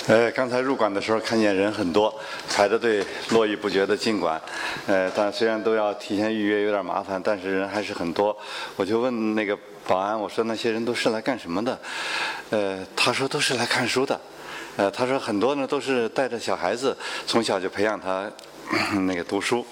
刚才入馆的时候看见人很多，排着队络绎不绝的进馆。但虽然都要提前预约，有点麻烦，但是人还是很多。我就问那个保安，我说那些人都是来干什么的？他说都是来看书的。他说很多呢都是带着小孩子，从小就培养他那个读书。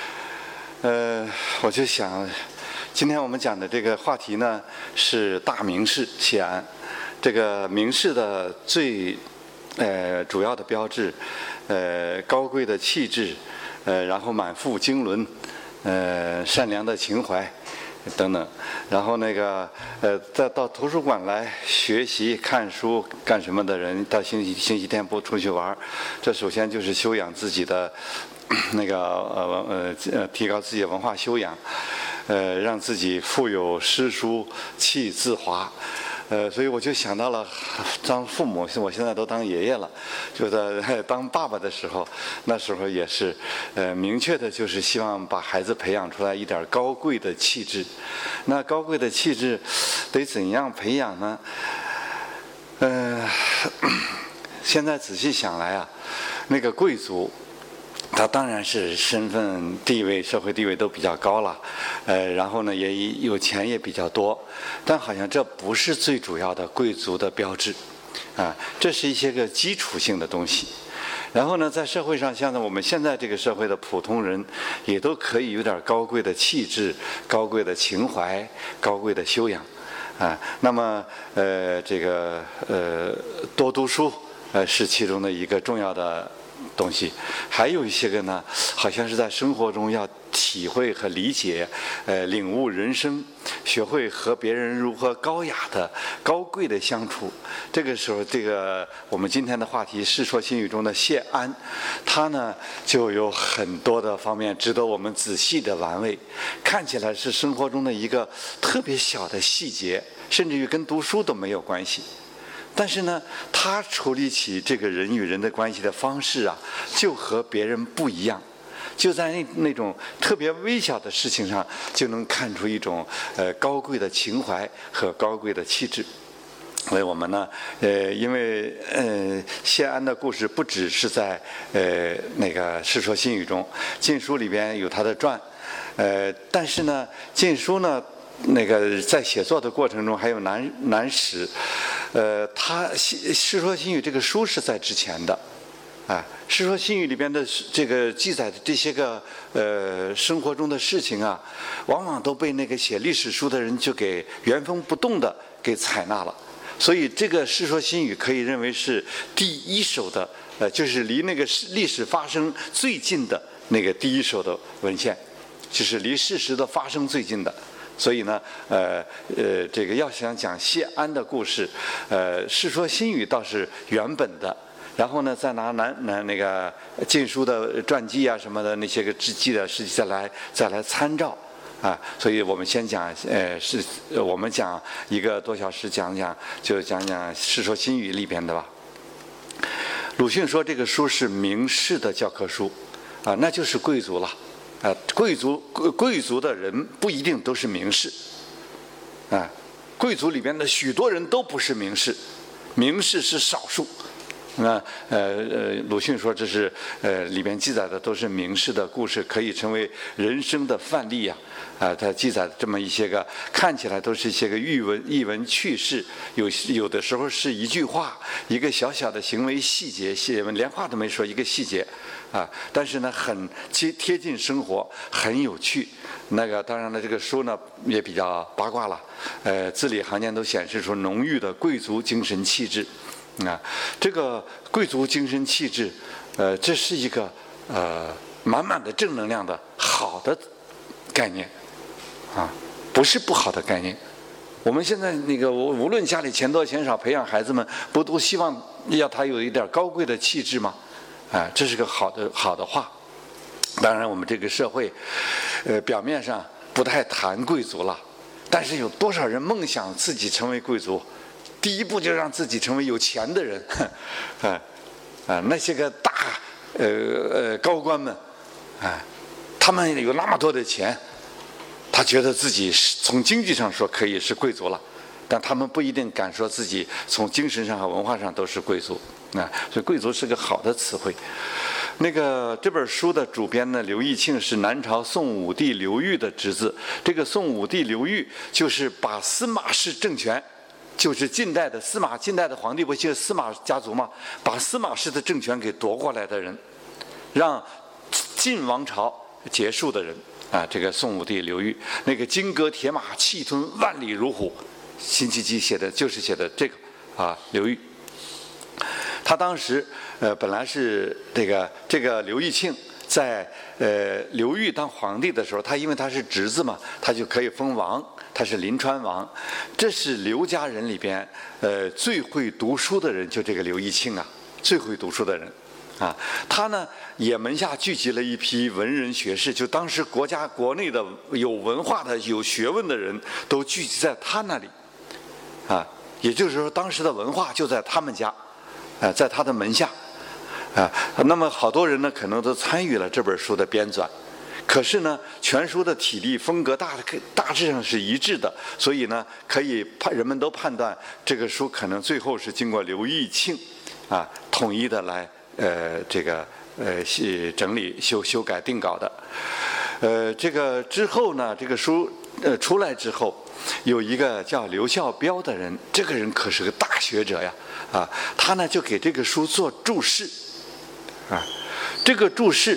我就想，今天我们讲的这个话题呢是大明寺谢安。这个明寺的最主要的标志，高贵的气质，然后满腹经纶，善良的情怀等等。然后那个再到图书馆来学习看书干什么的人，到星期天不出去玩，这首先就是修养自己的那个提高自己的文化修养，让自己富有诗书气自华。所以我就想到了当父母，我现在都当爷爷了，就在当爸爸的时候，那时候也是明确的就是希望把孩子培养出来一点高贵的气质。那高贵的气质得怎样培养呢？现在仔细想来啊，那个贵族他当然是身份地位社会地位都比较高了，然后呢也有钱也比较多，但好像这不是最主要的贵族的标志啊，这是一些个基础性的东西。然后呢在社会上，像我们现在这个社会的普通人也都可以有点高贵的气质、高贵的情怀、高贵的修养啊。那么这个多读书是其中的一个重要的东西。还有一些个呢，好像是在生活中要体会和理解，领悟人生，学会和别人如何高雅的、高贵的相处。这个时候，这个我们今天的话题《世说新语》中的谢安，他呢就有很多的方面值得我们仔细的玩味。看起来是生活中的一个特别小的细节，甚至于跟读书都没有关系。但是呢，他处理起这个人与人的关系的方式啊，就和别人不一样，就在那种特别微小的事情上，就能看出一种高贵的情怀和高贵的气质。所以我们呢，因为谢安的故事不只是在那个《世说新语》中，《晋书》里边有他的传，但是呢，《晋书》呢，那个在写作的过程中还有南史，他《世说新语》这个书是在之前的，《世说新语》里边的这个记载的这些个生活中的事情啊，往往都被那个写历史书的人就给原封不动的给采纳了。所以这个《世说新语》可以认为是第一手的，就是离那个历史发生最近的那个第一手的文献，就是离事实的发生最近的。所以呢，这个要想讲谢安的故事，《世说新语》倒是原本的，然后呢，再拿那个《晋书》的传记啊什么的那些个记的事迹再来参照啊。所以我们先讲，我们讲1个多小时讲讲《世说新语》里边的吧。鲁迅说这个书是名士的教科书啊，那就是贵族了。贵族的人不一定都是名士，贵族里边的许多人都不是名士，名士是少数。鲁迅说这是里边记载的都是名士的故事，可以成为人生的范例呀。他记载这么一些个看起来都是一些个逸闻趣事，有的时候是一句话，一个小小的行为细节，连话都没说，一个细节但是呢很贴近生活，很有趣。那个当然了，这个书呢也比较八卦了，字里行间都显示出浓郁的贵族精神气质这个贵族精神气质这是一个满满的正能量的好的概念不是不好的概念。我们现在那个无论家里钱多钱少，培养孩子们不都希望要他有一点高贵的气质吗？这是个好的话。当然我们这个社会表面上不太谈贵族了，但是有多少人梦想自己成为贵族？第一步就让自己成为有钱的人那些个大高官们他们有那么多的钱，他觉得自己从经济上说可以是贵族了，但他们不一定敢说自己从精神上和文化上都是贵族所以贵族是个好的词汇。这本书的主编呢，刘义庆是南朝宋武帝刘裕的侄子。这个宋武帝刘裕就是把司马氏政权，就是近代的皇帝不就是司马家族吗？把司马氏的政权给夺过来的人，让晋王朝结束的人这个宋武帝刘裕，金戈铁马，气吞万里如虎，辛弃疾写的写的这个刘裕。他当时本来是这个刘义庆在刘裕当皇帝的时候，因为他是侄子嘛，他就可以封王，他是临川王。这是刘家人里边最会读书的人，就这个刘义庆最会读书的人他呢也门下聚集了一批文人学士，就当时国内的有文化的有学问的人都聚集在他那里也就是说当时的文化就在他们家在他的门下那么好多人呢可能都参与了这本书的编纂，可是呢全书的体例风格大致上是一致的，所以呢人们都判断这个书可能最后是经过刘义庆统一的来整理修改定稿的。这个之后呢，这个书出来之后，有一个叫刘孝标的人，这个人可是个大学者呀他呢就给这个书做注释这个注释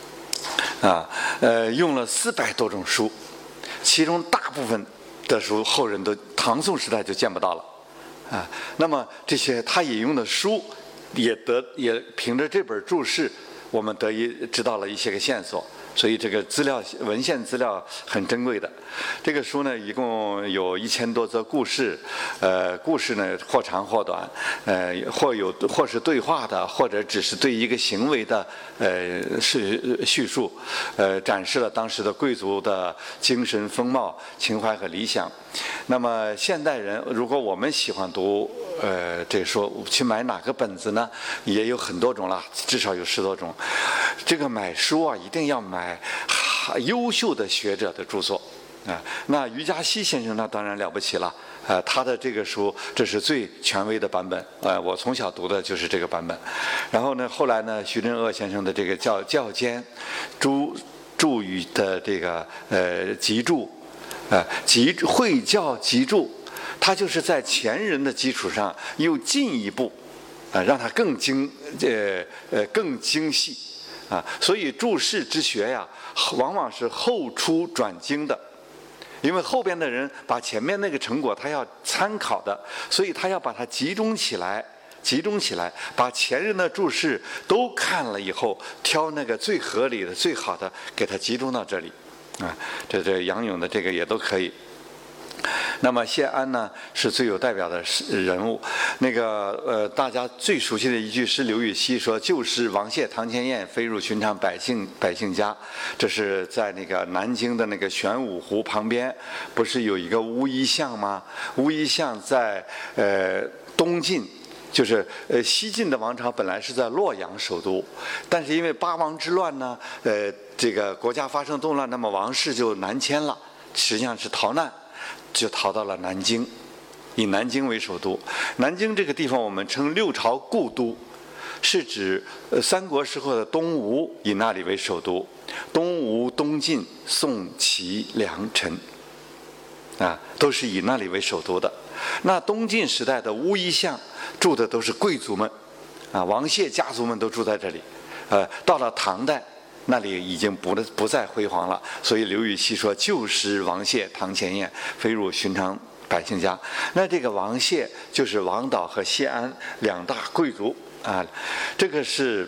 用了400多种书，其中大部分的书后人都唐宋时代就见不到了那么这些他引用的书也凭着这本注释，我们知道了一些个线索，所以这个文献资料很珍贵的。这个书呢，一共有1000多则故事，故事呢或长或短，或是对话的，或者只是对一个行为的叙述，展示了当时的贵族的精神风貌、情怀和理想。那么现代人，如果我们喜欢读这说去买哪个本子呢？也有很多种了，至少有10多种。这个买书一定要买优秀的学者的著作那余嘉锡先生那当然了不起了他的这个书这是最权威的版本我从小读的就是这个版本。然后呢，后来呢，徐振鄂先生的这个教监注语的这个集注会教集注，他就是在前人的基础上又进一步让它更精细所以注释之学呀，往往是后出转精的，因为后边的人把前面那个成果他要参考的，所以他要把它集中起来，把前人的注释都看了以后，挑那个最合理的、最好的，给它集中到这里这杨勇的这个也都可以。那么谢安呢是最有代表的人物。大家最熟悉的一句诗，刘禹锡说：“旧时王谢堂前燕，飞入寻常百姓家。”这是在南京的玄武湖旁边，不是有一个乌衣巷吗？乌衣巷在东晋。就是西晋的王朝本来是在洛阳首都，但是因为八王之乱呢，这个国家发生动乱，那么王室就南迁了，实际上是逃难。就逃到了南京，以南京为首都。南京这个地方我们称六朝故都，是指三国时候的东吴以那里为首都。东吴、东晋、宋、齐、梁、陈都是以那里为首都的。那东晋时代的乌衣巷住的都是贵族们王谢家族们都住在这里。到了唐代，那里已经不再辉煌了，所以刘禹锡说：“旧时王谢堂前燕，飞入寻常百姓家。”那这个王谢就是王导和谢安2大贵族这个是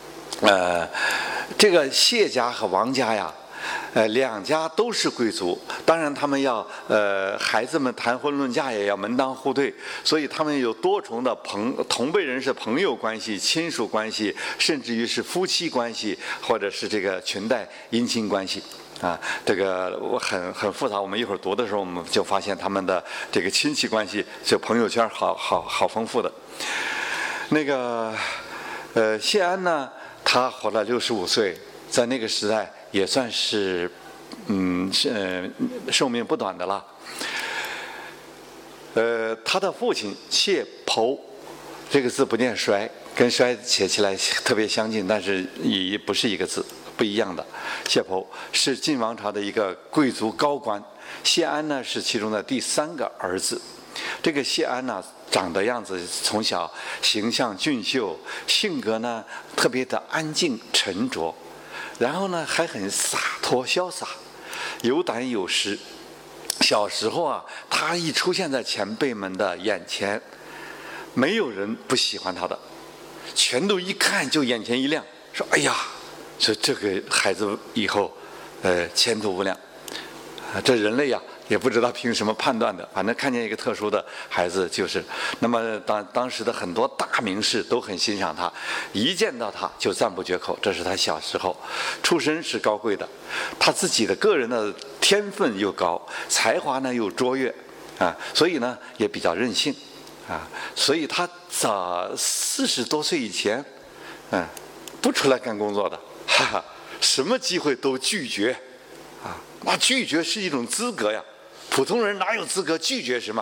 这个谢家和王家呀。2家都是贵族，当然他们要孩子们谈婚论嫁也要门当户对，所以他们有多重的同辈人是朋友关系、亲属关系，甚至于是夫妻关系，或者是这个裙带姻亲关系这个很复杂。我们一会儿读的时候，我们就发现他们的这个亲戚关系，就朋友圈好丰富的。谢安呢，他活了65岁，在那个时代也算是寿命不短的了。他的父亲谢剖，这个字不念衰， 跟衰写起来特别相近，但是也不是一个字，不一样的。谢剖是晋王朝的一个贵族高官，谢安呢是其中的第3个儿子。这个谢安呢，长的样子从小形象俊秀，性格呢特别的安静沉着，然后呢还很洒脱潇洒，有胆有识。小时候啊，他一出现在前辈们的眼前，没有人不喜欢他的，全都一看就眼前一亮，说：“哎呀，说这个孩子以后，前途无量。”这人类呀，也不知道凭什么判断的，反正看见一个特殊的孩子就是。那么当时的很多大名士都很欣赏他，一见到他就赞不绝口。这是他小时候，出身是高贵的，他自己的个人的天分又高，才华呢又卓越啊，所以呢也比较任性啊，所以他早40多岁以前，不出来干工作的，哈哈，什么机会都拒绝啊。那拒绝是一种资格呀，普通人哪有资格拒绝什么？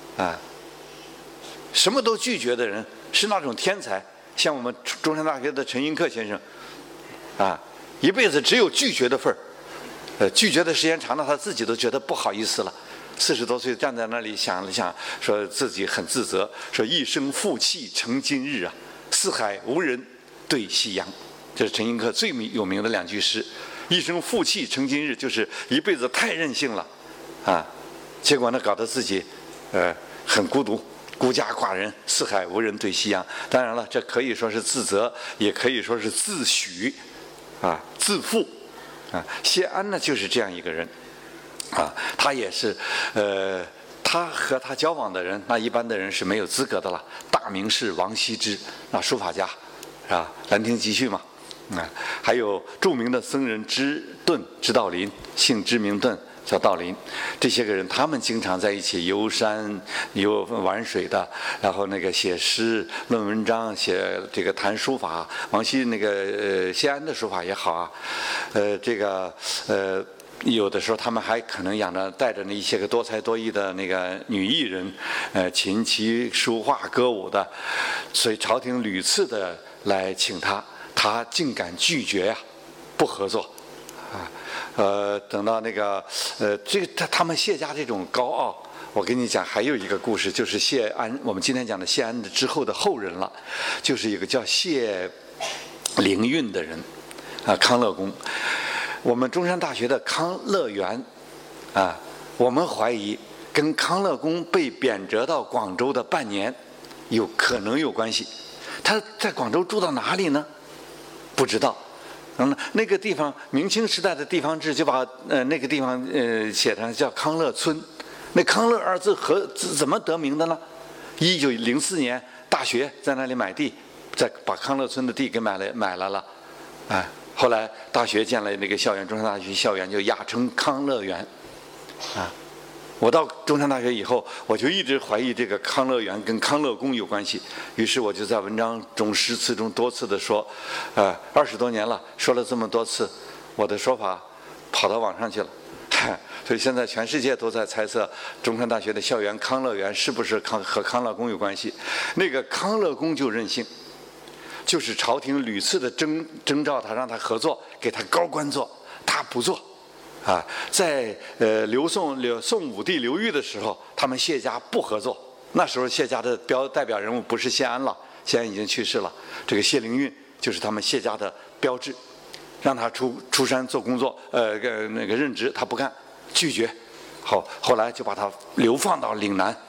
什么都拒绝的人是那种天才，像我们中山大学的陈寅恪先生，一辈子只有拒绝的份儿，拒绝的时间长了，他自己都觉得不好意思了。40多岁站在那里想了想，说自己很自责，说一生负气成今日啊，四海无人对夕阳。这是陈寅恪最有名的2句诗。一生负气成今日，就是一辈子太任性了，结果呢搞得自己很孤独，孤家寡人，四海无人对夕阳。当然了，这可以说是自责，也可以说是自诩，自负。谢安呢就是这样一个人，他也是他和他交往的人，那一般的人是没有资格的了。大名士王羲之，那书法家是吧？《兰亭集序》嘛。还有著名的僧人支道林，姓支名顿，叫道林。这些个人，他们经常在一起游山玩水的，然后那个写诗、论文章、写这个谈书法。王羲谢安的书法也好啊，有的时候他们还可能带着那一些个多才多艺的那个女艺人，琴棋书画歌舞的，所以朝廷屡次的来请他。他竟敢拒绝呀，不合作，等到他们谢家这种高傲，我跟你讲，还有一个故事，就是谢安，我们今天讲的谢安的之后的后人了，就是一个叫谢灵运的人，康乐公。我们中山大学的康乐园，我们怀疑跟康乐公被贬谪到广州的半年，可能有关系。他在广州住到哪里呢？不知道，那个地方明清时代的地方志就把那个地方写成叫康乐村。那康乐2字怎么得名的呢？1904年大学在那里买地，再把康乐村的地给买来了，后来大学建了那个校园，中山大学校园就雅称康乐园，我到中山大学以后，我就一直怀疑这个康乐园跟康乐宫有关系，于是我就在文章中、诗词中多次的说，20多年了，说了这么多次，我的说法跑到网上去了，所以现在全世界都在猜测中山大学的校园康乐园是不是和康乐宫有关系。那个康乐宫就任性，就是朝廷屡次的征召他，让他合作，给他高官做，他不做。在宋武帝刘裕的时候，他们谢家不合作。那时候谢家的代表人物不是谢安了，谢安已经去世了。这个谢灵运就是他们谢家的标志，让他出山做工作，那个任职他不干，拒绝。后来就把他流放到岭南，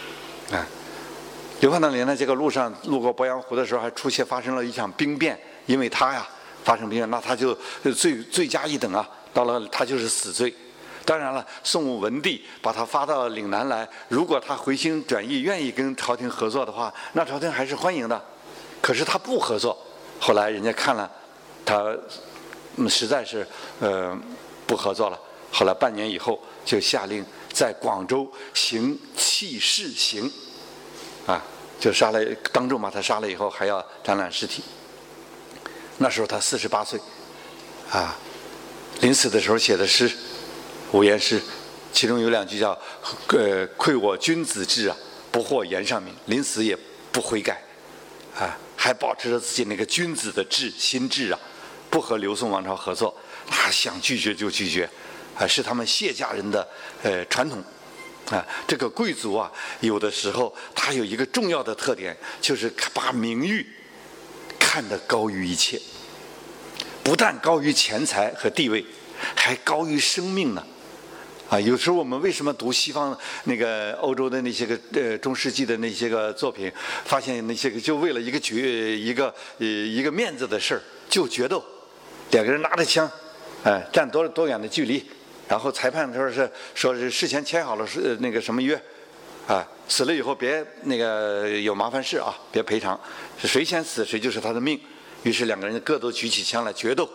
流放到岭南。这个路过鄱阳湖的时候，还发生了一场兵变，因为他呀发生兵变，那他就罪加一等啊。到了他就是死罪。当然了，宋武文帝把他发到岭南来，如果他回心转意，愿意跟朝廷合作的话，那朝廷还是欢迎的。可是他不合作，后来人家看了他实在是不合作了，后来半年以后就下令在广州行弃市刑，就杀了，当众把他杀了以后还要展览尸体。那时候他48岁，临死的时候写的诗，5言诗，其中有2句叫愧我君子志啊，不获颜上名。临死也不悔改， 还保持着自己那个君子的心智啊，不和刘宋王朝合作，他想拒绝就拒绝，是他们谢家人的传统。这个贵族啊，有的时候他有一个重要的特点，就是把名誉看得高于一切，不但高于钱财和地位，还高于生命呢。有时候我们为什么读西方那个欧洲的那些个中世纪的那些个作品，发现那些个就为了一个面子的事儿就决斗，两个人拿着枪，站多远的距离，然后裁判说是事先签好了那个什么约，死了以后别那个有麻烦事啊，别赔偿，是谁先死谁就是他的命。于是两个人各都举起枪来决斗，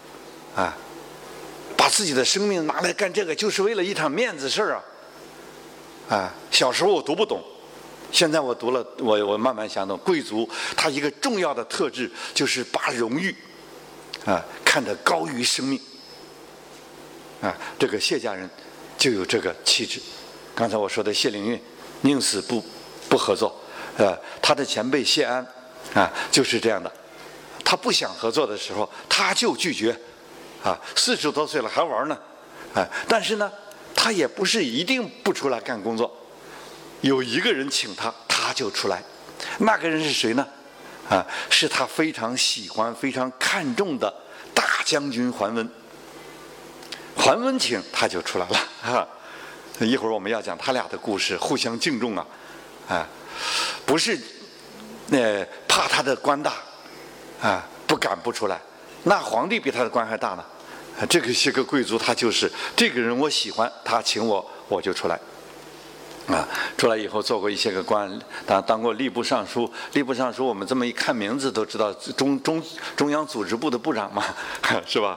把自己的生命拿来干这个，就是为了一场面子事儿啊！小时候我读不懂，现在我读了，我慢慢想懂，贵族他一个重要的特质就是把荣誉看得高于生命这个谢家人就有这个气质。刚才我说的谢灵运宁死不合作，他的前辈谢安就是这样的，他不想合作的时候他就拒绝。40多岁了还玩呢，但是呢，他也不是一定不出来干工作，有一个人请他，他就出来。那个人是谁呢？是他非常喜欢、非常看重的大将军桓温。桓温请他就出来了一会儿我们要讲他俩的故事，互相敬重不是怕他的官大不敢不出来。那皇帝比他的官还大呢，这个是个贵族，他就是这个人我喜欢，他请我就出来，出来以后做过一些个官，当过吏部尚书。吏部尚书我们这么一看名字都知道中央组织部的部长嘛，是吧？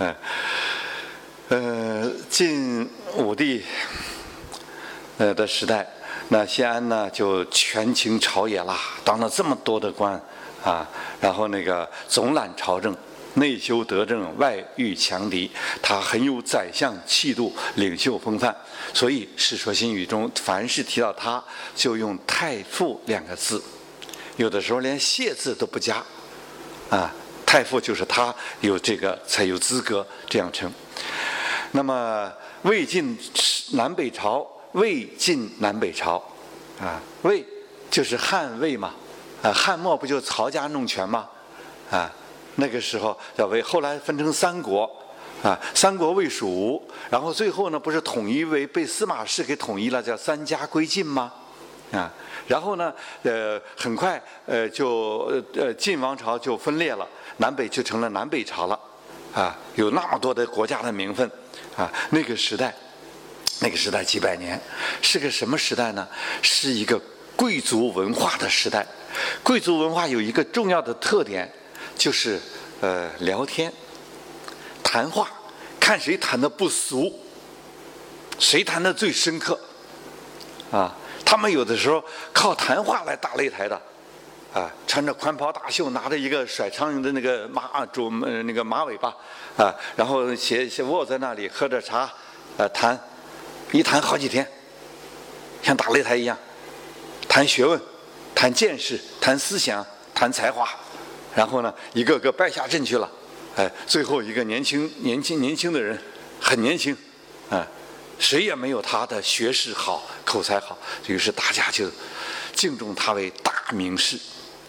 晋武帝的时代，那谢安呢就权倾朝野啦，当了这么多的官然后那个总揽朝政。内修德政，外御强敌，他很有宰相气度、领袖风范，所以《世说新语》中凡是提到他，就用太傅2个字，有的时候连谢字都不加，太傅就是他有这个才有资格这样称。那么魏晋南北朝，魏晋南北朝，魏就是汉魏嘛，汉末不就曹家弄权吗？那个时候叫魏，后来分成3国，3国魏蜀吴，然后最后呢不是统一为被司马氏给统一了，叫3家归晋吗？然后呢，很快就晋王朝就分裂了，南北就成了南北朝了，有那么多的国家的名分，那个时代几百年，是个什么时代呢？是一个贵族文化的时代。贵族文化有一个重要的特点。就是聊天、谈话，看谁谈的不俗，谁谈的最深刻，他们有的时候靠谈话来打擂台的，穿着宽袍大袖，拿着一个甩苍蝇的那个马尾巴，然后卧在那里喝着茶，一谈好几天，像打擂台一样，谈学问、谈见识、谈思想、谈才华。然后呢，一个个败下阵去了，最后一个年轻的人，很年轻，谁也没有他的学识好、口才好，于是大家就敬重他为大名士，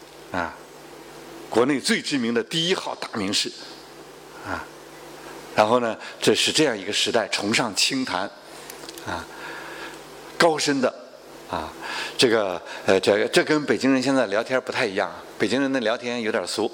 国内最知名的第1号大名士，然后呢，这是这样一个时代，崇尚清谈，高深的。这跟北京人现在聊天不太一样，北京人的聊天有点俗，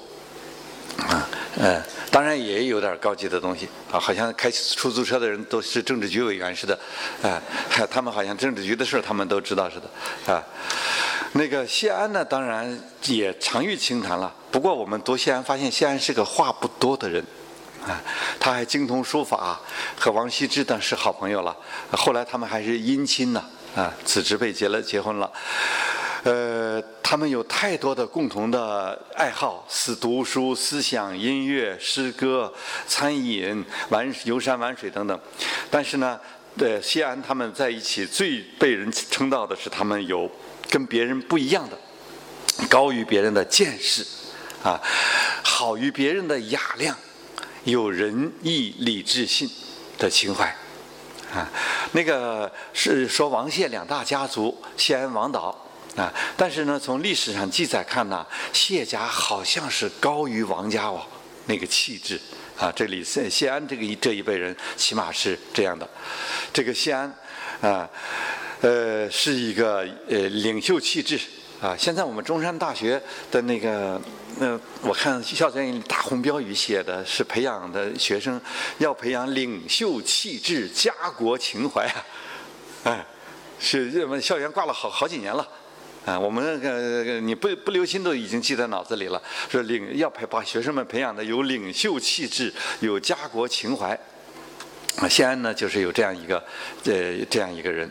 当然也有点高级的东西好像开出租车的人都是政治局委员似的，他们好像政治局的事他们都知道似的，那个谢安呢，当然也常遇清谈了，不过我们读谢安发现谢安是个话不多的人。他还精通书法，和王羲之等是好朋友了。后来他们还是姻亲呢，子侄辈结婚了。他们有太多的共同的爱好，读书、思想、音乐、诗歌、餐饮、游山玩水等等。但是呢，谢安他们在一起最被人称道的是他们有跟别人不一样的高于别人的见识，啊，好于别人的雅量，有仁义礼智信的情怀，啊，那个是说王谢两大家族，谢安、王导。啊，但是呢，从历史上记载看呢，谢家好像是高于王家那个气质啊。这里谢安这一辈人起码是这样的。这个谢安啊，是一个领袖气质啊。现在我们中山大学的那个我看校园大红标语写的是培养的学生要培养领袖气质、家国情怀啊。哎，是我们校园挂了好几年了。啊，我们你不留心都已经记在脑子里了。说要把学生们培养的有领袖气质，有家国情怀。啊，谢安呢就是有这样一个人。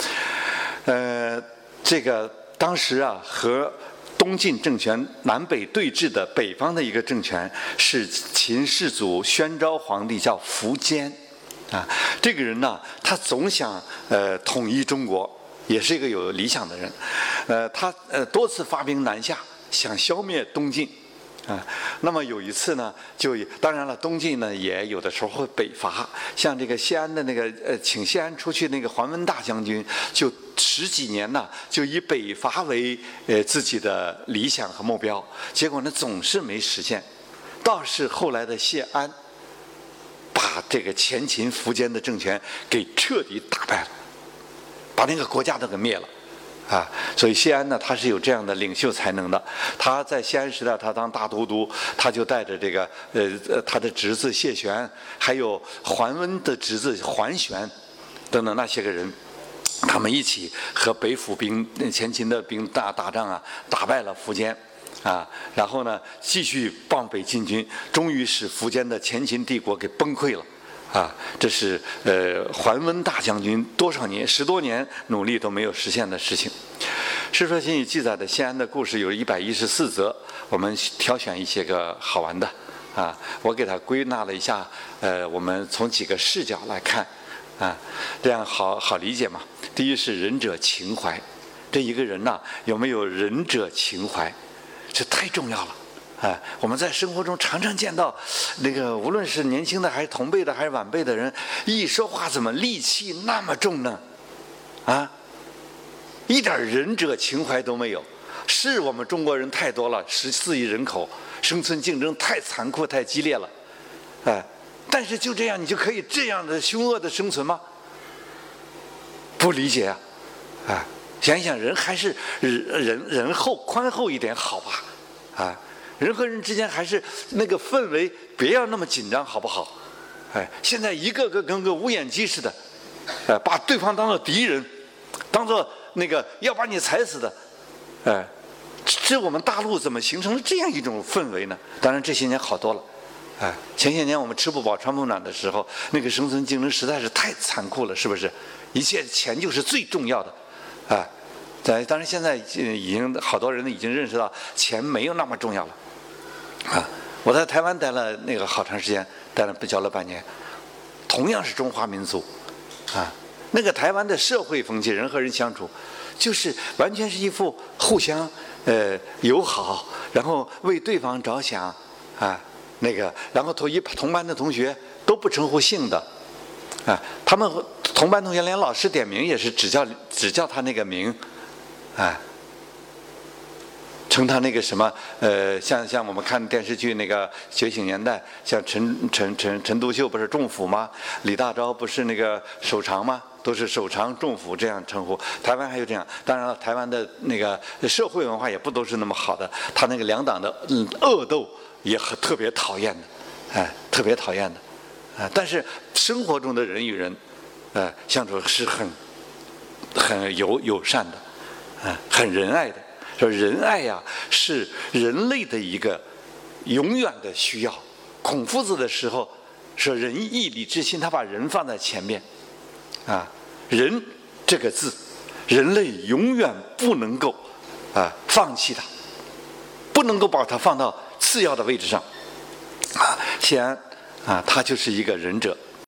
这个当时啊和东晋政权南北对峙的北方的一个政权是秦世祖宣昭皇帝，叫苻坚。啊，这个人呢，他总想统一中国。也是一个有理想的人，他多次发兵南下，想消灭东晋，啊，那么有一次呢，当然了，东晋呢也有的时候会北伐，像这个谢安的那个请谢安出去那个桓温大将军，就10几年呢，就以北伐为自己的理想和目标，结果呢总是没实现，倒是后来的谢安，把这个前秦苻坚的政权给彻底打败了。把那个国家都给灭了，啊，所以谢安呢，他是有这样的领袖才能的。他在谢安时代，他当大都督，他就带着这个他的侄子谢玄，还有桓温的侄子桓玄，等等那些个人，他们一起和北府前秦的兵打仗啊，打败了苻坚，啊，然后呢继续往北进军，终于使苻坚的前秦帝国给崩溃了。啊，这是桓温大将军多少年10多年努力都没有实现的事情。《世说新语》记载的谢安的故事有114则，我们挑选一些个好玩的啊，我给它归纳了一下，我们从几个视角来看啊，这样好理解嘛。第一是仁者情怀，这一个人呐，有没有仁者情怀，这太重要了。啊，我们在生活中常常见到，那个无论是年轻的还是同辈的还是晚辈的人，一说话怎么戾气那么重呢？啊，一点仁者情怀都没有。是我们中国人太多了，14亿人口，生存竞争太残酷太激烈了，哎，但是就这样你就可以这样的凶恶的生存吗？不理解啊，啊，想一想人还是仁厚宽厚一点好吧，啊。人和人之间还是那个氛围，别要那么紧张，好不好？哎，现在一个个跟个乌眼鸡似的，把对方当做敌人，当做那个要把你踩死的，哎，这我们大陆怎么形成了这样一种氛围呢？当然这些年好多了，哎，前些年我们吃不饱穿不暖的时候，那个生存竞争实在是太残酷了，是不是？一切钱就是最重要的，哎，当然现在已经好多人已经认识到钱没有那么重要了。啊，我在台湾待了那个好长时间，教了半年，同样是中华民族，啊，那个台湾的社会风气，人和人相处，就是完全是一副互相友好，然后为对方着想，啊，那个，然后同班的同学都不称呼姓的，啊，他们同班同学连老师点名也是只叫他那个名，啊。称他那个什么像我们看电视剧那个《觉醒年代》，像陈独秀不是仲甫吗？李大钊不是那个首长吗？都是首长仲甫这样称呼。台湾还有这样，当然了，台湾的那个社会文化也不都是那么好的，他那个两党的恶斗也特别讨厌的，哎，特别讨厌的，但是生活中的人与人，相处是很友善的，很仁爱的。说仁爱呀，是人类的一个永远的需要。孔夫子的时候说仁义礼智信，他把人放在前面，啊，仁这个字，人类永远不能够放弃它，不能够把它放到次要的位置上。谢安他就是一个仁者。